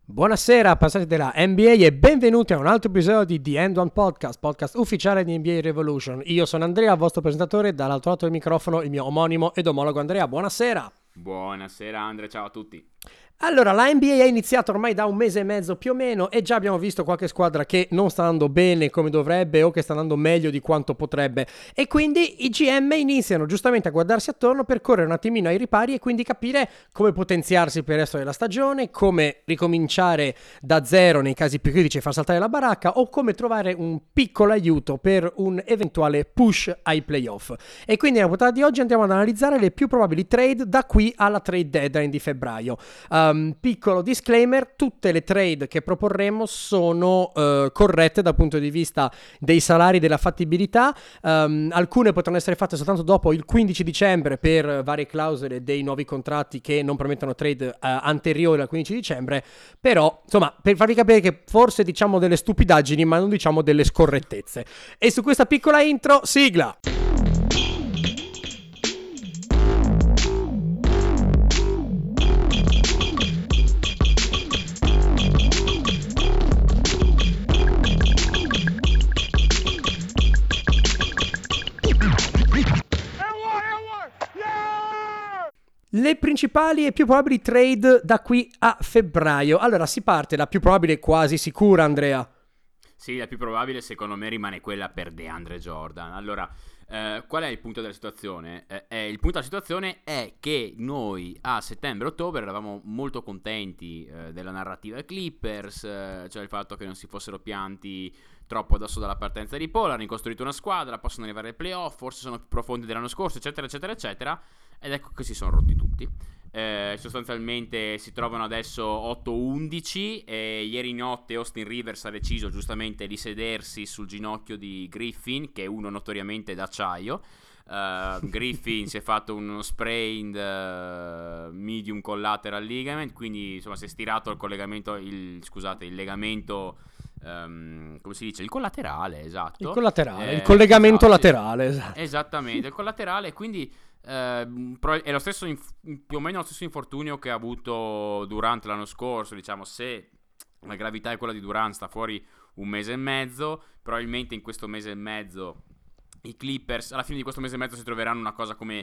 Buonasera, passati della NBA e benvenuti a un altro episodio di The End One Podcast, podcast ufficiale di NBA Revolution. Io sono Andrea, vostro presentatore, dall'altro lato del microfono il mio omonimo ed omologo Andrea. Buonasera. Buonasera Andre, ciao a tutti. Allora, la NBA è iniziata ormai da un mese e mezzo più o meno e già abbiamo visto qualche squadra che non sta andando bene come dovrebbe o che sta andando meglio di quanto potrebbe, e quindi i GM iniziano giustamente a guardarsi attorno per correre un attimino ai ripari e quindi capire come potenziarsi per il resto della stagione, come ricominciare da zero nei casi più critici e far saltare la baracca, o come trovare un piccolo aiuto per un eventuale push ai playoff. E quindi nella puntata di oggi andiamo ad analizzare le più probabili trade da qui alla trade deadline di febbraio. Piccolo disclaimer: tutte le trade che proporremo sono corrette dal punto di vista dei salari, della fattibilità. Alcune potranno essere fatte soltanto dopo il 15 dicembre per varie clausole dei nuovi contratti che non permettono trade anteriori al 15 dicembre, però insomma, per farvi capire che forse diciamo delle stupidaggini ma non diciamo delle scorrettezze. E su questa piccola intro, sigla! Le principali e più probabili trade da qui a febbraio. Allora, si parte da più probabile quasi sicura, Andrea. Sì, la più probabile secondo me rimane quella per DeAndre Jordan. Allora, qual è il punto della situazione? Il punto della situazione è che noi a settembre-ottobre eravamo molto contenti della narrativa Clippers, cioè il fatto che non si fossero pianti troppo addosso dalla partenza di Paul, hanno ricostruito una squadra, possono arrivare ai playoff, forse sono più profondi dell'anno scorso, eccetera, eccetera, eccetera. Ed ecco che si sono rotti tutti. Sostanzialmente si trovano adesso 8-11 e ieri notte Austin Rivers ha deciso giustamente di sedersi sul ginocchio di Griffin, che è uno notoriamente d'acciaio. Griffin si è fatto uno sprained medium collateral ligament, quindi insomma si è stirato il collegamento, il legamento, come si dice, il collaterale, esatto. Il collaterale, il collegamento esatto, laterale. Esatto. Esattamente, il collaterale, quindi è lo stesso più o meno lo stesso infortunio che ha avuto Durant l'anno scorso. Diciamo, se la gravità è quella di Durant, sta fuori un mese e mezzo. Probabilmente in questo mese e mezzo i Clippers, alla fine di questo mese e mezzo, si troveranno una cosa come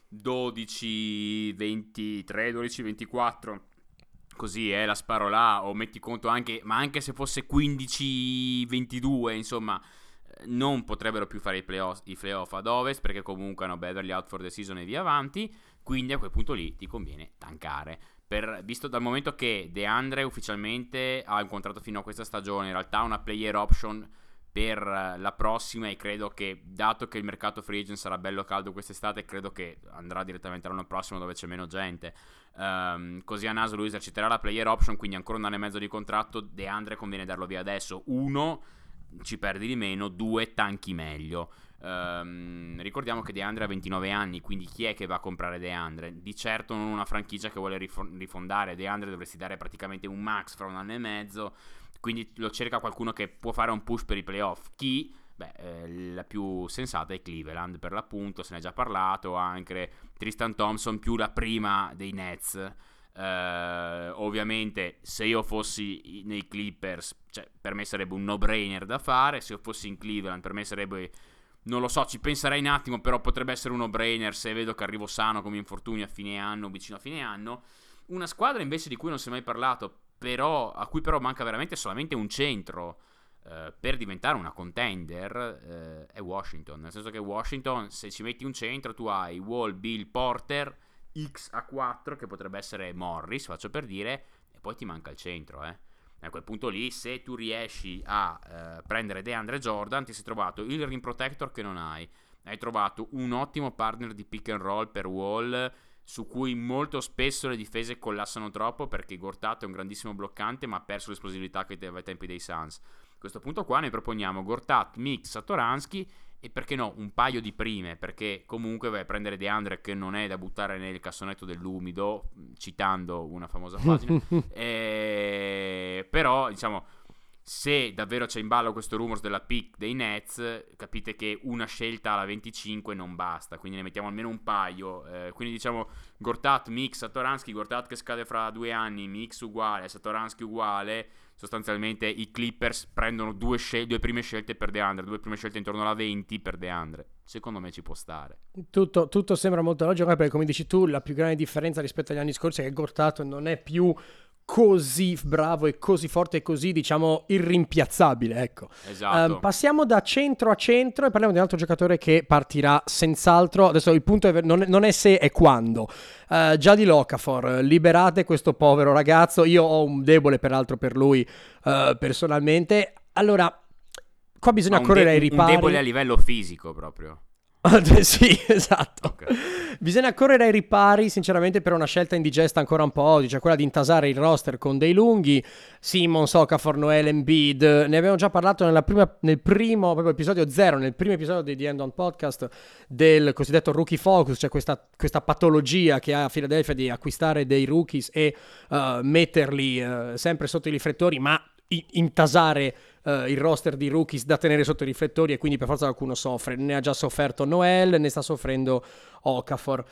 12-23, 12-24. Così la sparo là, o metti conto anche, ma anche se fosse 15-22, insomma, non potrebbero più fare i playoff ad ovest, perché comunque hanno Beverly out for the season e via avanti. Quindi a quel punto lì ti conviene tankare, visto dal momento che DeAndre ufficialmente ha un contratto fino a questa stagione, in realtà ha una player option per la prossima, e credo che, dato che il mercato free agent sarà bello caldo quest'estate, credo che andrà direttamente l'anno prossimo dove c'è meno gente. Così a naso lui eserciterà la player option, quindi ancora un anno e mezzo di contratto. DeAndre conviene darlo via adesso. Uno, ci perdi di meno; due, tanchi meglio. Ricordiamo che DeAndre ha 29 anni, quindi chi è che va a comprare DeAndre? Di certo non una franchigia che vuole rifondare. DeAndre dovresti dare praticamente un max fra un anno e mezzo, quindi lo cerca qualcuno che può fare un push per i playoff. Chi? La più sensata è Cleveland, per l'appunto, se ne è già parlato. Anche Tristan Thompson più la prima dei Nets. Ovviamente se io fossi nei Clippers, cioè, per me sarebbe un no-brainer da fare. Se io fossi in Cleveland, per me sarebbe, non lo so, ci penserei un attimo, però potrebbe essere un no-brainer se vedo che arrivo sano come infortunio a fine anno, vicino a fine anno. Una squadra invece di cui non si è mai parlato, però a cui però manca veramente solamente un centro per diventare una contender, è Washington. Nel senso che Washington, se ci metti un centro, tu hai Wall, Bill, Porter, X a 4, che potrebbe essere Morris, faccio per dire, e poi ti manca il centro. A quel punto lì, se tu riesci a prendere DeAndre Jordan, ti sei trovato il rim protector che non hai trovato un ottimo partner di pick and roll per Wall, su cui molto spesso le difese collassano troppo, perché Gortat è un grandissimo bloccante ma ha perso l'esplosività che aveva ai tempi dei Suns. A questo punto qua ne proponiamo Gortat, Mix, Satoransky, e perché no un paio di prime, perché comunque vai a prendere DeAndre che non è da buttare nel cassonetto dell'umido, citando una famosa pagina. Però diciamo Se davvero c'è in ballo questo rumors della pick dei Nets, capite che una scelta alla 25 non basta, quindi ne mettiamo almeno un paio. Quindi diciamo Gortat, Mix, Satoransky, Gortat che scade fra 2 anni, Mix uguale, Satoransky uguale. Sostanzialmente i Clippers prendono due prime scelte per DeAndre, 2 prime scelte intorno alla 20 per DeAndre. Secondo me ci può stare. Tutto sembra molto logico, perché come dici tu, la più grande differenza rispetto agli anni scorsi è che Gortat non è più così bravo e così forte e così, diciamo, irrimpiazzabile, ecco. Esatto. Passiamo da centro a centro e parliamo di un altro giocatore che partirà senz'altro. Adesso il punto non è se, è quando. Giadi Okafor, liberate questo povero ragazzo. Io ho un debole peraltro per lui personalmente. Allora, qua bisogna correre ai ripari. Un debole a livello fisico proprio. Sì, esatto. Okay. Bisogna correre ai ripari, sinceramente, per una scelta indigesta ancora un po' oggi, cioè quella di intasare il roster con dei lunghi. Simmons, Okafor, Noel, Embiid. Ne abbiamo già parlato nel primo proprio episodio 0, nel primo episodio di The End On Podcast, del cosiddetto rookie focus, cioè questa patologia che ha a Philadelphia di acquistare dei rookies e metterli sempre sotto i riflettori, ma intasare il roster di rookies da tenere sotto i riflettori, e quindi per forza qualcuno soffre. Ne ha già sofferto Noel, ne sta soffrendo Okafor.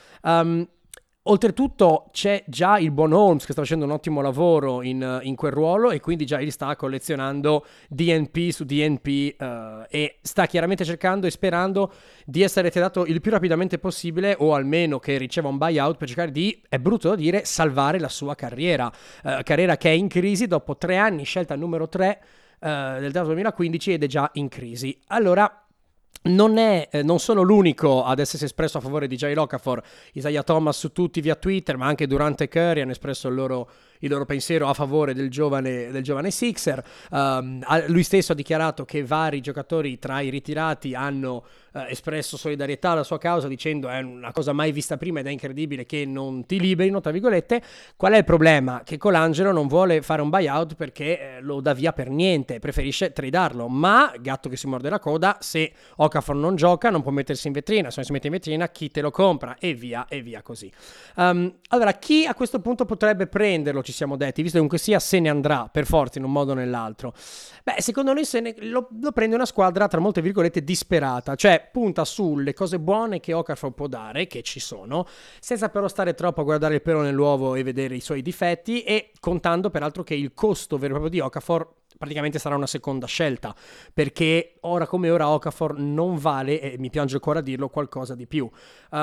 Oltretutto c'è già il buon Holmes che sta facendo un ottimo lavoro in quel ruolo, e quindi già gli sta collezionando DNP su DNP e sta chiaramente cercando e sperando di essere tradato il più rapidamente possibile, o almeno che riceva un buyout, per cercare di, è brutto da dire, salvare la sua carriera che è in crisi dopo 3 anni, scelta numero 3 del 2015, ed è già in crisi. Allora, non sono l'unico ad essersi espresso a favore di Jahlil Okafor. Isaiah Thomas su tutti via Twitter, ma anche Durant e Curry hanno espresso il loro pensiero a favore del giovane Sixer. Lui stesso ha dichiarato che vari giocatori tra i ritirati hanno espresso solidarietà alla sua causa, dicendo è una cosa mai vista prima ed è incredibile che non ti liberino, tra virgolette. Qual è il problema? Che Colangelo non vuole fare un buyout perché lo dà via per niente, preferisce tradarlo, ma gatto che si morde la coda, se Okafor non gioca non può mettersi in vetrina, se non si mette in vetrina chi te lo compra, e via così. Allora, chi a questo punto potrebbe prenderlo, ci siamo detti, visto che comunque sia se ne andrà per forza in un modo o nell'altro? Beh, secondo noi lo prende una squadra tra molte virgolette disperata, cioè punta sulle cose buone che Okafor può dare, che ci sono, senza però stare troppo a guardare il pelo nell'uovo e vedere i suoi difetti, e contando peraltro che il costo vero e proprio di Okafor praticamente sarà una seconda scelta, perché ora come ora Okafor non vale, e mi piange il cuore a dirlo, qualcosa di più.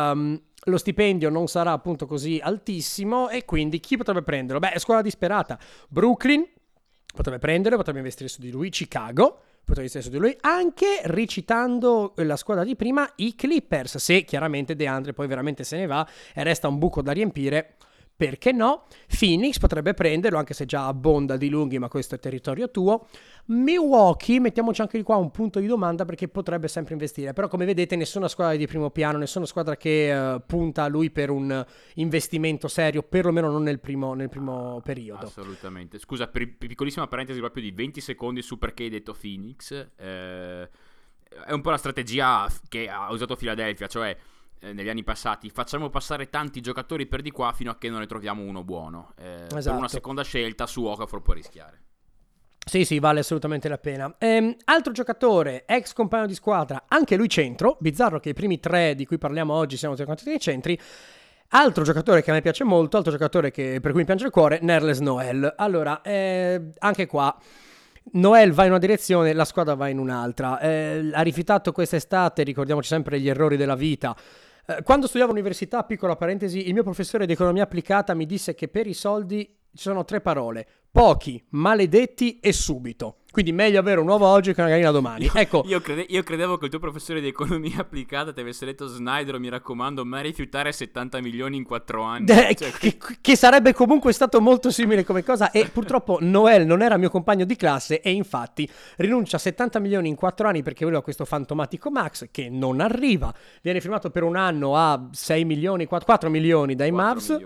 Lo stipendio non sarà appunto così altissimo, e quindi chi potrebbe prenderlo? Beh, è squadra disperata. Brooklyn potrebbe prenderlo, potrebbe investire su di lui. Chicago potrebbe investire su di lui, anche recitando la squadra di prima, i Clippers, se chiaramente DeAndre poi veramente se ne va e resta un buco da riempire. Perché no? Phoenix potrebbe prenderlo, anche se già abbonda di lunghi, ma questo è territorio tuo. Milwaukee, mettiamoci anche di qua un punto di domanda, perché potrebbe sempre investire. Però come vedete nessuna squadra di primo piano, nessuna squadra che punta a lui per un investimento serio, perlomeno non nel primo periodo. Assolutamente. Scusa, piccolissima parentesi proprio di 20 secondi su perché hai detto Phoenix. È un po' la strategia che ha usato Philadelphia, cioè negli anni passati facciamo passare tanti giocatori per di qua fino a che non ne troviamo uno buono. Esatto. Per una seconda scelta su Okafor può rischiare. Sì, vale assolutamente la pena. Altro giocatore, ex compagno di squadra, anche lui centro. Bizzarro che i primi 3 di cui parliamo oggi siano tutti dei centri. Altro giocatore che a me piace molto, altro giocatore per cui mi piange il cuore, Nerlens Noel. Allora, anche qua Noel va in una direzione, la squadra va in un'altra. Ha rifiutato quest'estate, ricordiamoci sempre gli errori della vita. Quando studiavo all'università, piccola parentesi, il mio professore di economia applicata mi disse che per i soldi ci sono 3 parole: pochi, maledetti e subito. Quindi meglio avere un uovo oggi che una gallina domani. Ecco. Io credevo che il tuo professore di economia applicata ti avesse detto: Snyder, mi raccomando, mai rifiutare 70 milioni in 4 anni. Che sarebbe comunque stato molto simile come cosa. E purtroppo Noel non era mio compagno di classe, e infatti rinuncia a 70 milioni in 4 anni perché voleva questo fantomatico Max che non arriva. Viene firmato per un anno a 6 milioni, 4 milioni dai Mavs.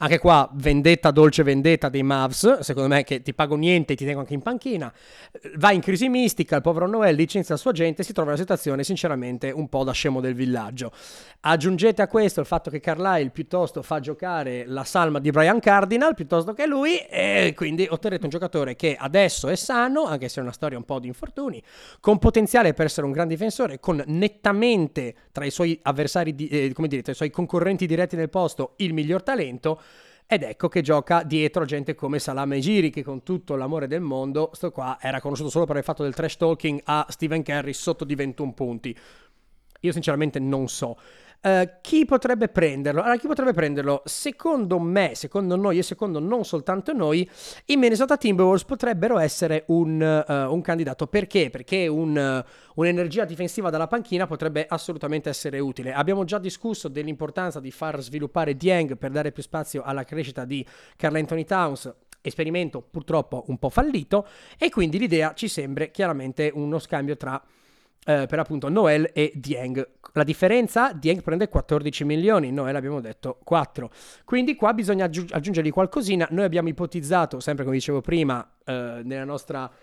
Anche qua vendetta, dolce vendetta dei Mavs, secondo me, che ti pago niente e ti tengo anche in panchina. Va in crisi mistica, il povero Noel licenzia la sua gente e si trova in una situazione sinceramente un po' da scemo del villaggio. Aggiungete a questo il fatto che Carlisle piuttosto fa giocare la salma di Brian Cardinal piuttosto che lui, e quindi otterrete un giocatore che adesso è sano, anche se è una storia un po' di infortuni, con potenziale per essere un gran difensore, con nettamente tra i suoi avversari, come dire, tra i suoi concorrenti diretti nel posto il miglior talento. Ed ecco che gioca dietro gente come Salam Ejiri, che con tutto l'amore del mondo, sto qua, era conosciuto solo per il fatto del trash talking a Stephen Curry sotto di 21 punti. Io sinceramente non so. Chi potrebbe prenderlo? Allora, chi potrebbe prenderlo? Secondo me, secondo noi e secondo non soltanto noi, i Minnesota Timberwolves potrebbero essere un candidato. Perché? Perché un'energia difensiva dalla panchina potrebbe assolutamente essere utile. Abbiamo già discusso dell'importanza di far sviluppare Dieng per dare più spazio alla crescita di Karl Anthony Towns. Esperimento purtroppo un po' fallito, e quindi l'idea ci sembra chiaramente uno scambio tra per appunto Noel e Dieng. La differenza? Dieng prende 14 milioni, Noel abbiamo detto 4. Quindi qua bisogna aggiungergli qualcosina. Noi abbiamo ipotizzato, sempre come dicevo prima, nella nostra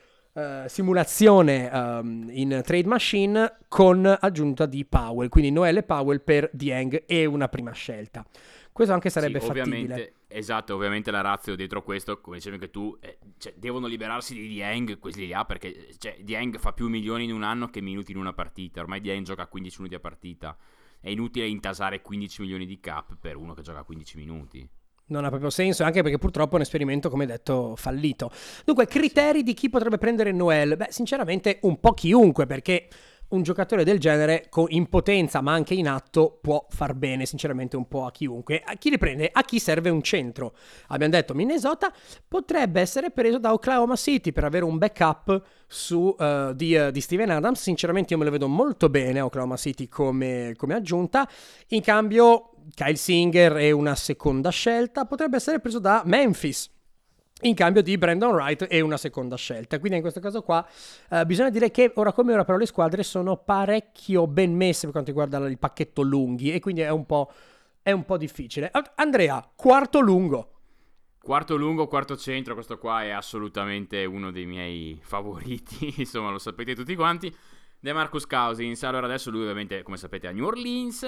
simulazione in Trade Machine, con aggiunta di Powell. Quindi Noel e Powell per Dieng e una prima scelta. Questo anche sarebbe fattibile. Esatto, ovviamente la ratio dietro questo, come dicevi anche tu, cioè, devono liberarsi di Dieng, quelli là, perché cioè, Dieng fa più milioni in un anno che minuti in una partita. Ormai Dieng gioca 15 minuti a partita. È inutile intasare 15 milioni di cap per uno che gioca 15 minuti. Non ha proprio senso, anche perché purtroppo è un esperimento, come detto, fallito. Dunque, criteri di chi potrebbe prendere Noel? Beh, sinceramente un po' chiunque, perché un giocatore del genere in potenza ma anche in atto può far bene sinceramente un po' a chiunque. A chi li prende? A chi serve un centro. Abbiamo detto Minnesota potrebbe essere preso da Oklahoma City per avere un backup di Steven Adams. Sinceramente io me lo vedo molto bene Oklahoma City come aggiunta. In cambio Kyle Singer è una seconda scelta, potrebbe essere preso da Memphis in cambio di Brandon Wright e una seconda scelta. Quindi in questo caso qua bisogna dire che ora come ora però le squadre sono parecchio ben messe per quanto riguarda il pacchetto lunghi, e quindi è un po' difficile. Andrea, quarto lungo, Quarto centro, questo qua è assolutamente uno dei miei favoriti, insomma lo sapete tutti quanti. DeMarcus Cousins. Allora adesso lui ovviamente, come sapete, a New Orleans.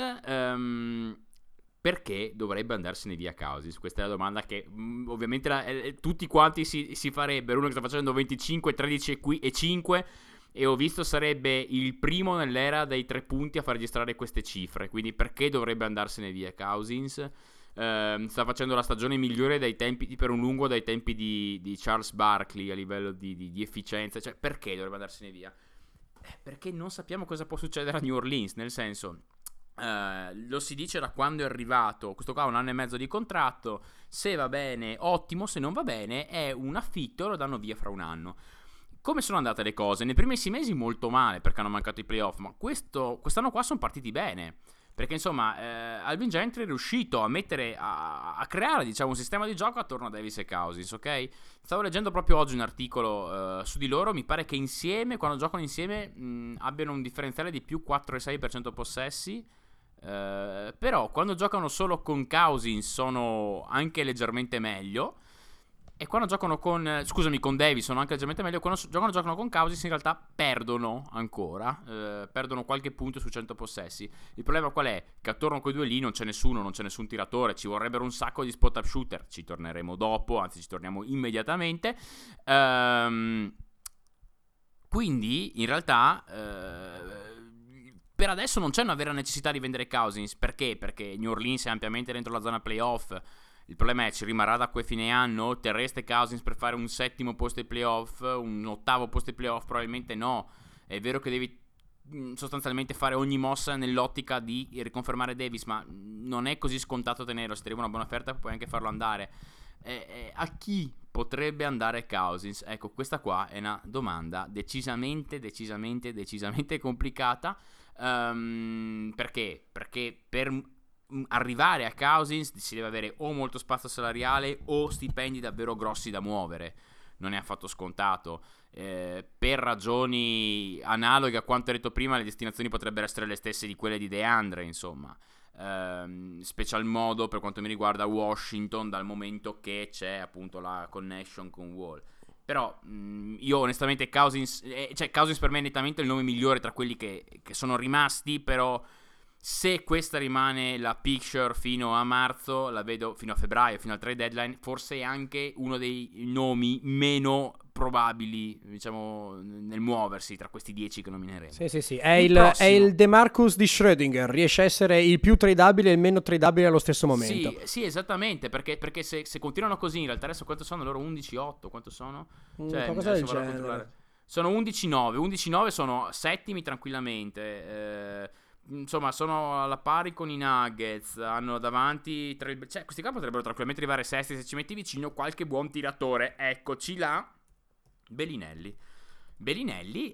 Perché dovrebbe andarsene via Cousins? Questa è la domanda che ovviamente tutti quanti si farebbero. Uno che sta facendo 25, 13 e 5, e ho visto sarebbe il primo nell'era dei 3 punti a far registrare queste cifre. Quindi perché dovrebbe andarsene via Cousins? Sta facendo la stagione migliore dai tempi per un lungo dai tempi di Charles Barkley a livello di efficienza. Cioè perché dovrebbe andarsene via? Perché non sappiamo cosa può succedere a New Orleans, nel senso... lo si dice da quando è arrivato. Questo qua ha 1 anno e mezzo di contratto. Se va bene, ottimo. Se non va bene, è un affitto e lo danno via fra 1 anno. Come sono andate le cose? Nei primi 6 mesi molto male, perché hanno mancato i playoff. Ma quest'anno qua sono partiti bene, perché insomma Alvin Gentry è riuscito a mettere a creare, diciamo, un sistema di gioco attorno a Davis e Cousins, ok? Stavo leggendo proprio oggi un articolo su di loro. Mi pare che insieme, quando giocano insieme, abbiano un differenziale di più 4,6% possessi. Però quando giocano solo con Cousins sono anche leggermente meglio, e quando giocano con Davis sono anche leggermente meglio. Quando giocano con Cousins in realtà perdono ancora, perdono qualche punto su 100 possessi. Il problema qual è? Che attorno a quei due lì non c'è nessun tiratore. Ci vorrebbero un sacco di spot up shooter. Ci torneremo dopo, anzi ci torniamo immediatamente. Quindi in realtà per adesso non c'è una vera necessità di vendere Cousins. Perché? Perché New Orleans è ampiamente dentro la zona playoff. Il problema è, ci rimarrà da qui a fine anno? Terreste Cousins per fare un 7° posto ai playoff? Un 8° posto ai playoff? Probabilmente no. È vero che devi sostanzialmente fare ogni mossa nell'ottica di riconfermare Davis, ma non è così scontato tenerlo. Se ti arriva una buona offerta puoi anche farlo andare. A chi potrebbe andare Cousins? Ecco, questa qua è una domanda decisamente complicata. Perché? Perché per arrivare a Cousins si deve avere o molto spazio salariale o stipendi davvero grossi da muovere. Non è affatto scontato. Per ragioni analoghe a quanto detto prima, le destinazioni potrebbero essere le stesse di quelle di DeAndre, insomma. special modo per quanto mi riguarda Washington, dal momento che c'è appunto la connection con Wall. Però io onestamente Cousins per me è nettamente il nome migliore tra quelli che sono rimasti, però se questa rimane la picture fino a marzo, la vedo fino a febbraio, fino al trade deadline, forse è anche uno dei nomi meno probabili, diciamo, nel muoversi tra questi 10 che nomineremo. Sì. È il DeMarcus di Schrödinger, riesce a essere il più tradabile e il meno tradabile allo stesso momento. Sì, esattamente, perché se continuano così, in realtà adesso quanto sono loro? 11-8, quanto sono? Qualcosa del genere. Sono 11-9, 11-9 sono settimi tranquillamente, insomma sono alla pari con i Nuggets, hanno davanti questi qua potrebbero tranquillamente arrivare sesti se ci metti vicino qualche buon tiratore. Eccoci là, Bellinelli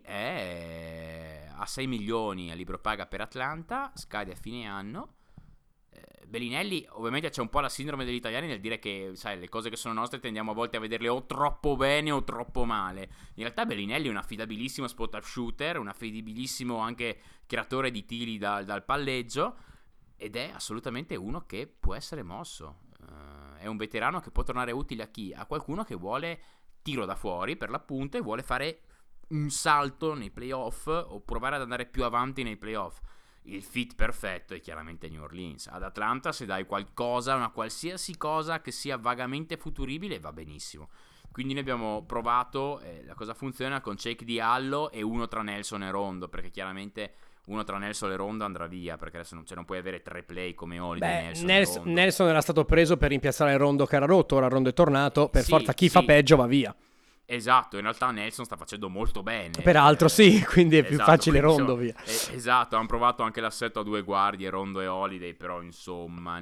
è a 6 milioni a libro paga per Atlanta, scade a fine anno. Bellinelli ovviamente c'è un po' la sindrome degli italiani nel dire che, sai, le cose che sono nostre tendiamo a volte a vederle o troppo bene o troppo male. In realtà Bellinelli è un affidabilissimo spot up shooter, un affidabilissimo anche creatore di tiri dal palleggio, ed è assolutamente uno che può essere mosso. È un veterano che può tornare utile a chi? A qualcuno che vuole tiro da fuori per l'appunto e vuole fare un salto nei playoff o provare ad andare più avanti nei playoff. Il fit perfetto è chiaramente New Orleans. Ad Atlanta se dai qualcosa, una qualsiasi cosa che sia vagamente futuribile, va benissimo. Quindi ne abbiamo provato, la cosa funziona con Shake Diallo e uno tra Nelson e Rondo, perché chiaramente uno tra Nelson e Rondo andrà via, perché adesso non puoi avere 3 play come Holiday. Nelson era stato preso per rimpiazzare Rondo che era rotto, ora Rondo è tornato, per forza chi fa peggio va via. Esatto, in realtà Nelson sta facendo molto bene. Peraltro sì, quindi è più facile Rondo via. Esatto, hanno provato anche l'assetto a 2 guardie, Rondo e Holiday, però insomma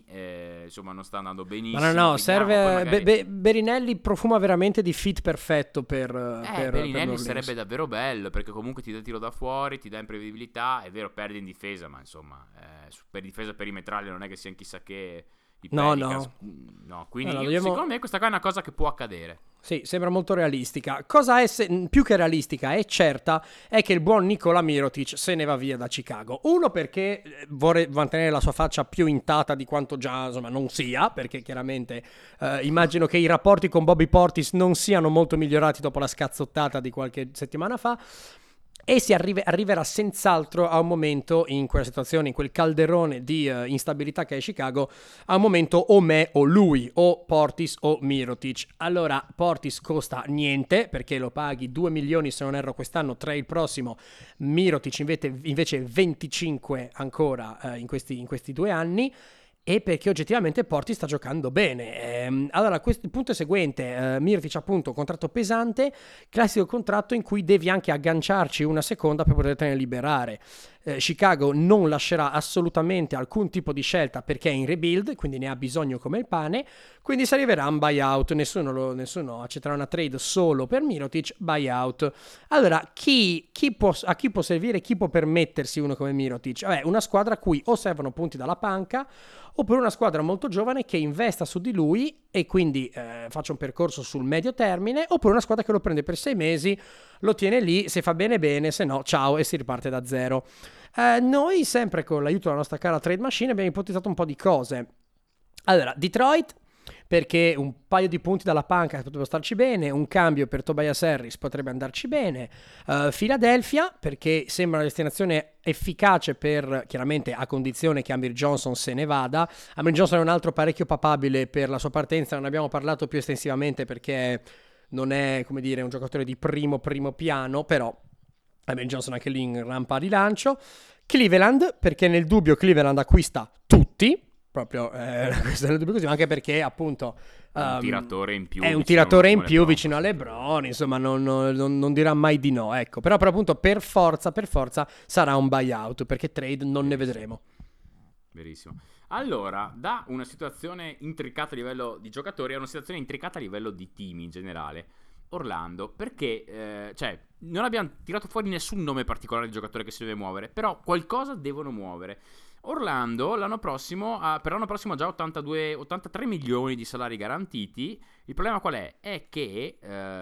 non sta andando benissimo. Ma no, serve Bellinelli profuma veramente di fit perfetto per Bellinelli sarebbe davvero bello, perché comunque ti dà tiro da fuori, ti dà imprevedibilità, è vero, perde in difesa, ma insomma per difesa perimetrale non è che sia chissà che No, quindi secondo me questa qua è una cosa che può accadere. Sì, sembra molto realistica. Cosa è più che realistica e certa è che il buon Nikola Mirotic se ne va via da Chicago. Uno perché vuole mantenere la sua faccia più intata di quanto già non sia, perché chiaramente immagino che i rapporti con Bobby Portis non siano molto migliorati dopo la scazzottata di qualche settimana fa. E si arriverà senz'altro a un momento in quella situazione, in quel calderone di instabilità che è Chicago, a un momento o me o lui, o Portis o Mirotic. Allora Portis costa niente perché lo paghi 2 milioni se non erro quest'anno, 3 il prossimo. Mirotic invece 25 ancora in questi 2 anni. E perché oggettivamente Portis sta giocando bene. Allora, il punto è seguente: Mirotic appunto un contratto pesante, classico contratto in cui devi anche agganciarci una seconda per potertene liberare. Chicago non lascerà assolutamente alcun tipo di scelta perché è in rebuild, quindi ne ha bisogno come il pane, quindi si arriverà a un buyout, nessuno accetterà una trade solo per Mirotic, buyout. Allora, a chi può servire, chi può permettersi uno come Mirotic? Vabbè, una squadra a cui o servono punti dalla panca, oppure una squadra molto giovane che investa su di lui e quindi faccia un percorso sul medio termine, oppure una squadra che lo prende per 6 mesi, lo tiene lì, se fa bene, se no ciao e si riparte da zero. Noi sempre con l'aiuto della nostra cara Trade Machine abbiamo ipotizzato un po' di cose. Allora, Detroit, perché un paio di punti dalla panca potrebbero starci bene, un cambio per Tobias Harris potrebbe andarci bene, Philadelphia perché sembra una destinazione efficace per, chiaramente a condizione che Amir Johnson se ne vada. Amir Johnson è un altro parecchio papabile per la sua partenza, non ne abbiamo parlato più estensivamente perché non è, come dire, un giocatore di primo piano, però Amir Johnson anche lì in rampa di lancio. Cleveland, perché nel dubbio Cleveland acquista tutti, proprio questo è il dubbio così, anche perché appunto un tiratore in più, è un tiratore in più vicino a LeBron, insomma non dirà mai di no, ecco. Però appunto per forza sarà un buyout, perché trade non ne vedremo. Verissimo. Allora, da una situazione intricata a livello di giocatori a una situazione intricata a livello di team in generale, Orlando, perché non abbiamo tirato fuori nessun nome particolare di giocatore che si deve muovere, però qualcosa devono muovere. Orlando per l'anno prossimo ha già 83 milioni di salari garantiti. Il problema qual è? È che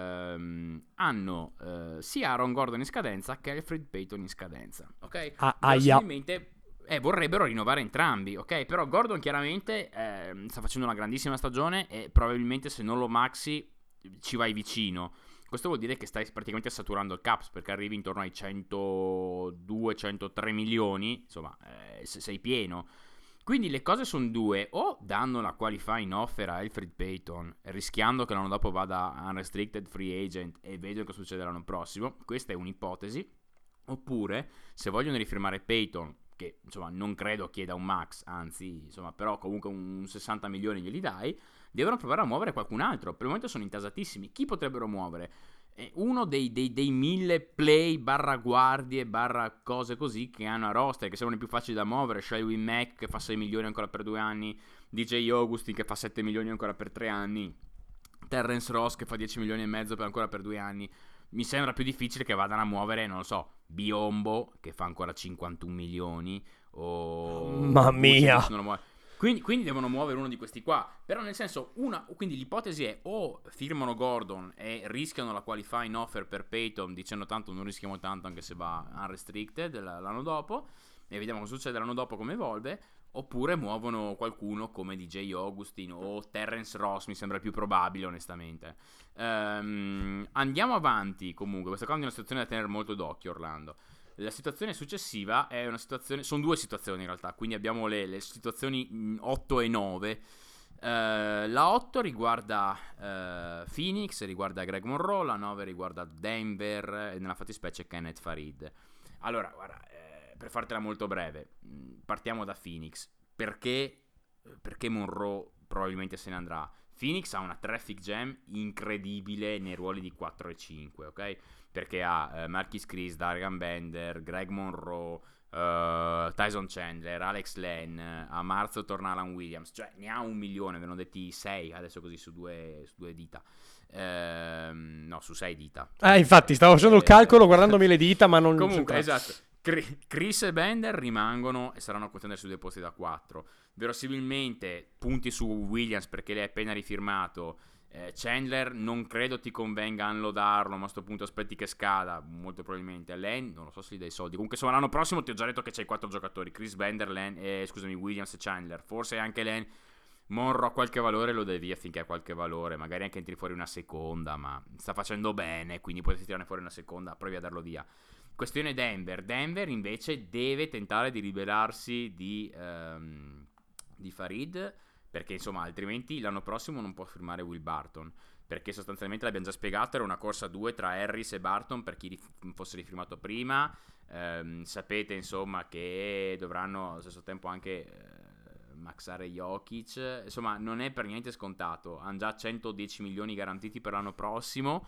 hanno sia Aaron Gordon in scadenza che Alfred Payton in scadenza, ok? Verosimilmente Vorrebbero rinnovare entrambi, ok? Però Gordon chiaramente sta facendo una grandissima stagione e probabilmente se non lo maxi ci vai vicino. Questo vuol dire che stai praticamente saturando il caps, perché arrivi intorno ai 102-103 milioni, insomma, sei pieno. Quindi le cose sono due: o danno la qualifying offer a Elfrid Payton, rischiando che l'anno dopo vada unrestricted free agent e vedono cosa succede l'anno prossimo. Questa è un'ipotesi. Oppure, se vogliono rifirmare Payton, che insomma non credo chieda un max, anzi, insomma, però comunque un 60 milioni glieli dai, devono provare a muovere qualcun altro. Per il momento sono intasatissimi. Chi potrebbero muovere? Uno dei 1000 play barra guardie barra cose così che hanno a roster, che sembrano i più facili da muovere: Shelby Mack che fa 6 milioni ancora per 2 anni, DJ Augustin che fa 7 milioni ancora per 3 anni, Terrence Ross che fa 10 milioni e mezzo ancora per 2 anni. Mi sembra più difficile che vadano a muovere, non lo so, Biombo che fa ancora 51 milioni o Mamma mia. Quindi devono muovere uno di questi qua. Però nel senso, quindi l'ipotesi è: o firmano Gordon e rischiano la qualifying offer per Payton, dicendo tanto non rischiamo tanto anche se va unrestricted l'anno dopo, e vediamo cosa succede l'anno dopo, come evolve. Oppure muovono qualcuno come DJ Augustin o Terrence Ross, mi sembra più probabile onestamente. Andiamo avanti comunque. Questa qua è una situazione da tenere molto d'occhio, Orlando. La situazione successiva è una situazione, sono due situazioni in realtà, quindi abbiamo le situazioni 8 e 9. La 8 riguarda Phoenix, riguarda Greg Monroe, la 9 riguarda Denver e nella fattispecie Kenneth Farid. Allora, guarda, per fartela molto breve, partiamo da Phoenix. Perché Monroe probabilmente se ne andrà? Phoenix ha una traffic jam incredibile nei ruoli di 4 e 5, ok? Perché ha Marquise Chris, Darian Bender, Greg Monroe, Tyson Chandler, Alex Len, a marzo torna Alan Williams, cioè ne ha 1 milione, ve ne ho detti 6 adesso così su due dita. No, su 6 dita. Infatti stavo facendo il calcolo guardandomi le dita, ma non... Comunque, esatto. Chris e Bender rimangono e saranno a contendere su dei posti da 4. Verosimilmente punti su Williams perché l'hai appena rifirmato. Chandler non credo ti convenga unloadarlo, ma a sto punto aspetti che scada, molto probabilmente. Len, non lo so se gli dai soldi. Comunque insomma l'anno prossimo ti ho già detto che c'hai 4 giocatori: Chris Bender, Williams e Chandler. Forse anche Len. Monroe a qualche valore lo dai via finché ha qualche valore, magari anche entri fuori una seconda, ma sta facendo bene, quindi potete tirare fuori una seconda, provi a darlo via. Questione Denver invece deve tentare di liberarsi di Farid, perché insomma altrimenti l'anno prossimo non può firmare Will Barton, perché sostanzialmente l'abbiamo già spiegato, era una corsa a 2 tra Harris e Barton per chi fosse rifirmato prima. Sapete insomma che dovranno allo stesso tempo anche maxare Jokic, insomma non è per niente scontato, hanno già 110 milioni garantiti per l'anno prossimo.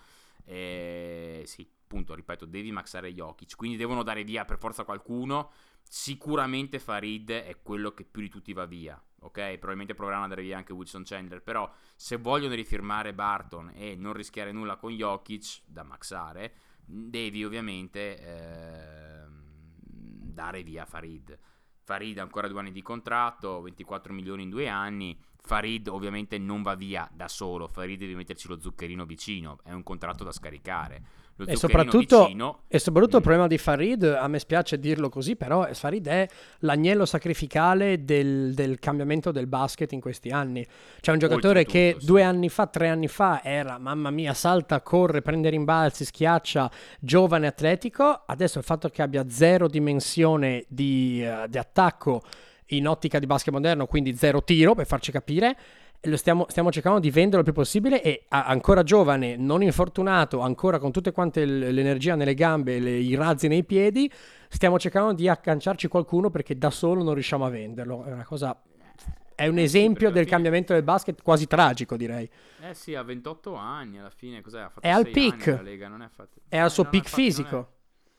Sì, appunto, ripeto, devi maxare Jokic, quindi devono dare via per forza qualcuno. Sicuramente Farid è quello che più di tutti va via, ok? Probabilmente proveranno a dare via anche Wilson Chandler, però se vogliono rifirmare Barton e non rischiare nulla con Jokic da maxare, devi ovviamente dare via Farid. Farid ha ancora 2 anni di contratto, 24 milioni in 2 anni. Farid ovviamente non va via da solo, Farid deve metterci lo zuccherino vicino, è un contratto da scaricare. E soprattutto il problema di Farid, a me spiace dirlo così, però Farid è l'agnello sacrificale del cambiamento del basket in questi anni. C'è un giocatore che 2 anni fa, 3 anni fa era, mamma mia, salta, corre, prende rimbalzi, schiaccia, giovane, atletico. Adesso il fatto che abbia zero dimensione di attacco in ottica di basket moderno, quindi zero tiro, per farci capire, stiamo cercando di venderlo il più possibile, e ancora giovane, non infortunato, ancora con tutte quante l'energia nelle gambe, i razzi nei piedi, stiamo cercando di accanciarci qualcuno perché da solo non riusciamo a venderlo. È una cosa, è un esempio del cambiamento del basket quasi tragico, direi. Sì, ha 28 anni alla fine, cos'è? Ha fatto è al peak, la Lega, non è al suo peak fisico.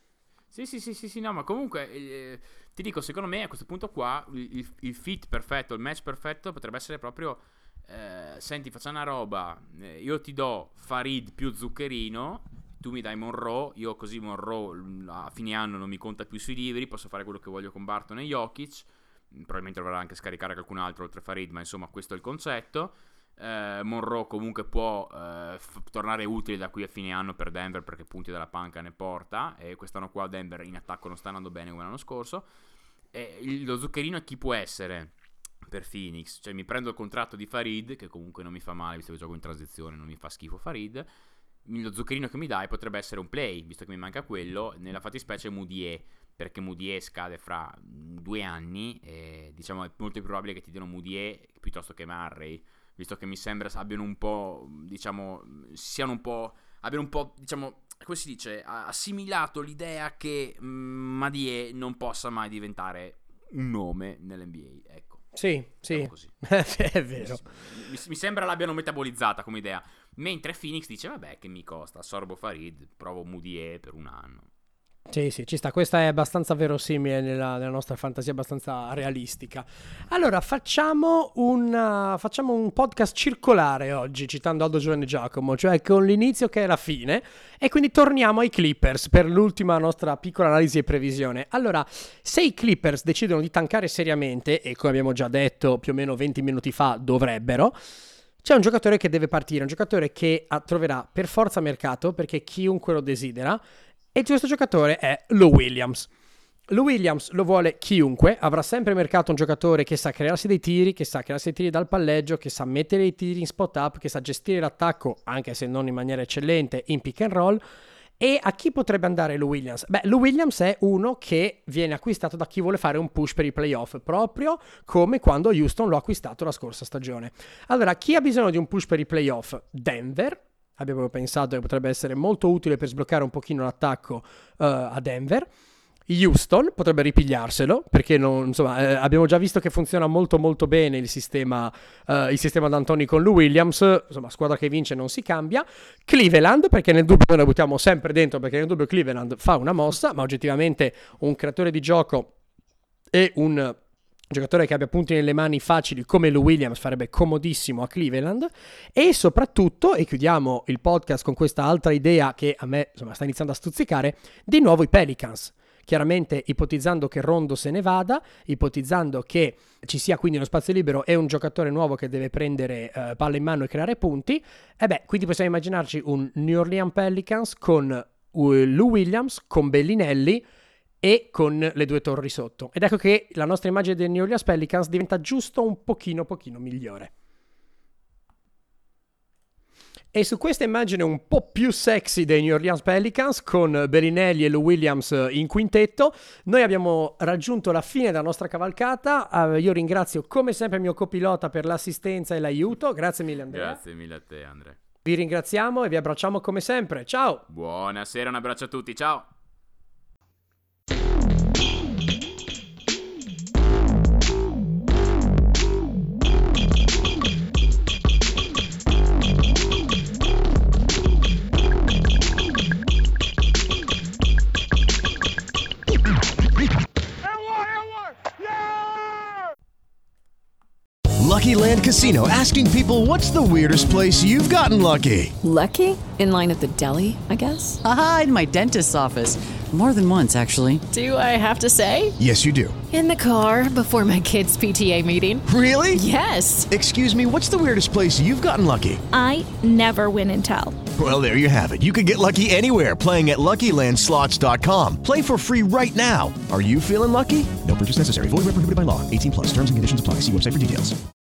Sì, no, ma comunque ti dico, secondo me a questo punto qua il fit perfetto, il match perfetto potrebbe essere proprio senti, facciamo una roba, io ti do Farid più zuccherino, tu mi dai Monroe, io così Monroe a fine anno non mi conta più sui libri, posso fare quello che voglio con Barton e Jokic, probabilmente dovrà anche scaricare qualcun altro oltre Farid, ma insomma questo è il concetto. Monroe comunque può tornare utile da qui a fine anno per Denver, perché punti dalla panca ne porta, e quest'anno qua Denver in attacco non sta andando bene come l'anno scorso. lo zuccherino chi può essere per Phoenix? Cioè mi prendo il contratto di Farid, che comunque non mi fa male, visto che gioco in transizione, non mi fa schifo Farid. Lo zuccherino che mi dai potrebbe essere un play, visto che mi manca quello, nella fattispecie Mudiay, perché Mudiay scade fra 2 anni e diciamo è molto più probabile che ti diano Mudiay piuttosto che Murray, visto che mi sembra abbiano un po', diciamo, abbiano un po', diciamo, come si dice, assimilato l'idea che Mudiay non possa mai diventare un nome nell'NBA, ecco. Sì, Così. è vero. Mi sembra l'abbiano metabolizzata come idea. Mentre Phoenix dice, vabbè, che mi costa, assorbo Farid, provo Mudiay per un anno. Sì, ci sta. Questa è abbastanza verosimile nella nostra fantasia, abbastanza realistica. Allora, facciamo un podcast circolare oggi, citando Aldo, Giovanni e Giacomo, cioè con l'inizio che è la fine, e quindi torniamo ai Clippers per l'ultima nostra piccola analisi e previsione. Allora, se i Clippers decidono di tankare seriamente, e come abbiamo già detto più o meno 20 minuti fa dovrebbero, c'è un giocatore che deve partire, un giocatore che troverà per forza mercato, perché chiunque lo desidera, e questo giocatore è Lou Williams. Lou Williams lo vuole chiunque, avrà sempre mercato un giocatore che sa crearsi dei tiri, che sa crearsi dei tiri dal palleggio, che sa mettere i tiri in spot up, che sa gestire l'attacco, anche se non in maniera eccellente, in pick and roll. E a chi potrebbe andare Lou Williams? Beh, Lou Williams è uno che viene acquistato da chi vuole fare un push per i playoff, proprio come quando Houston lo ha acquistato la scorsa stagione. Allora, chi ha bisogno di un push per i playoff? Denver. Abbiamo pensato che potrebbe essere molto utile per sbloccare un pochino l'attacco a Denver. Houston potrebbe ripigliarselo, perché abbiamo già visto che funziona molto molto bene il sistema D'Antoni con Lou Williams, insomma, squadra che vince non si cambia. Cleveland, perché nel dubbio noi la buttiamo sempre dentro, perché nel dubbio Cleveland fa una mossa, ma oggettivamente un creatore di gioco e un giocatore che abbia punti nelle mani facili come Lou Williams farebbe comodissimo a Cleveland. E soprattutto, e chiudiamo il podcast con questa altra idea che a me sta iniziando a stuzzicare, di nuovo i Pelicans. Chiaramente ipotizzando che Rondo se ne vada, ipotizzando che ci sia quindi uno spazio libero e un giocatore nuovo che deve prendere palla in mano e creare punti, quindi possiamo immaginarci un New Orleans Pelicans con Lou Williams, con Bellinelli e con le 2 torri sotto. Ed ecco che la nostra immagine dei New Orleans Pelicans diventa giusto un pochino migliore. E su questa immagine un po' più sexy dei New Orleans Pelicans, con Bellinelli e Lou Williams in quintetto, noi abbiamo raggiunto la fine della nostra cavalcata. Io ringrazio come sempre il mio copilota per l'assistenza e l'aiuto. Grazie mille, Andrea. Grazie mille a te, Andrea. Vi ringraziamo e vi abbracciamo come sempre. Ciao! Buonasera, un abbraccio a tutti, ciao! Lucky Land Casino, asking people, what's the weirdest place you've gotten lucky? Lucky? In line at the deli, I guess? Aha, in my dentist's office. More than once, actually. Do I have to say? Yes, you do. In the car before my kids' PTA meeting. Really? Yes. Excuse me, what's the weirdest place you've gotten lucky? I never win and tell. Well, there you have it. You can get lucky anywhere, playing at LuckyLandSlots.com. Play for free right now. Are you feeling lucky? No purchase necessary. Void where prohibited by law. 18+. Terms and conditions apply. See website for details.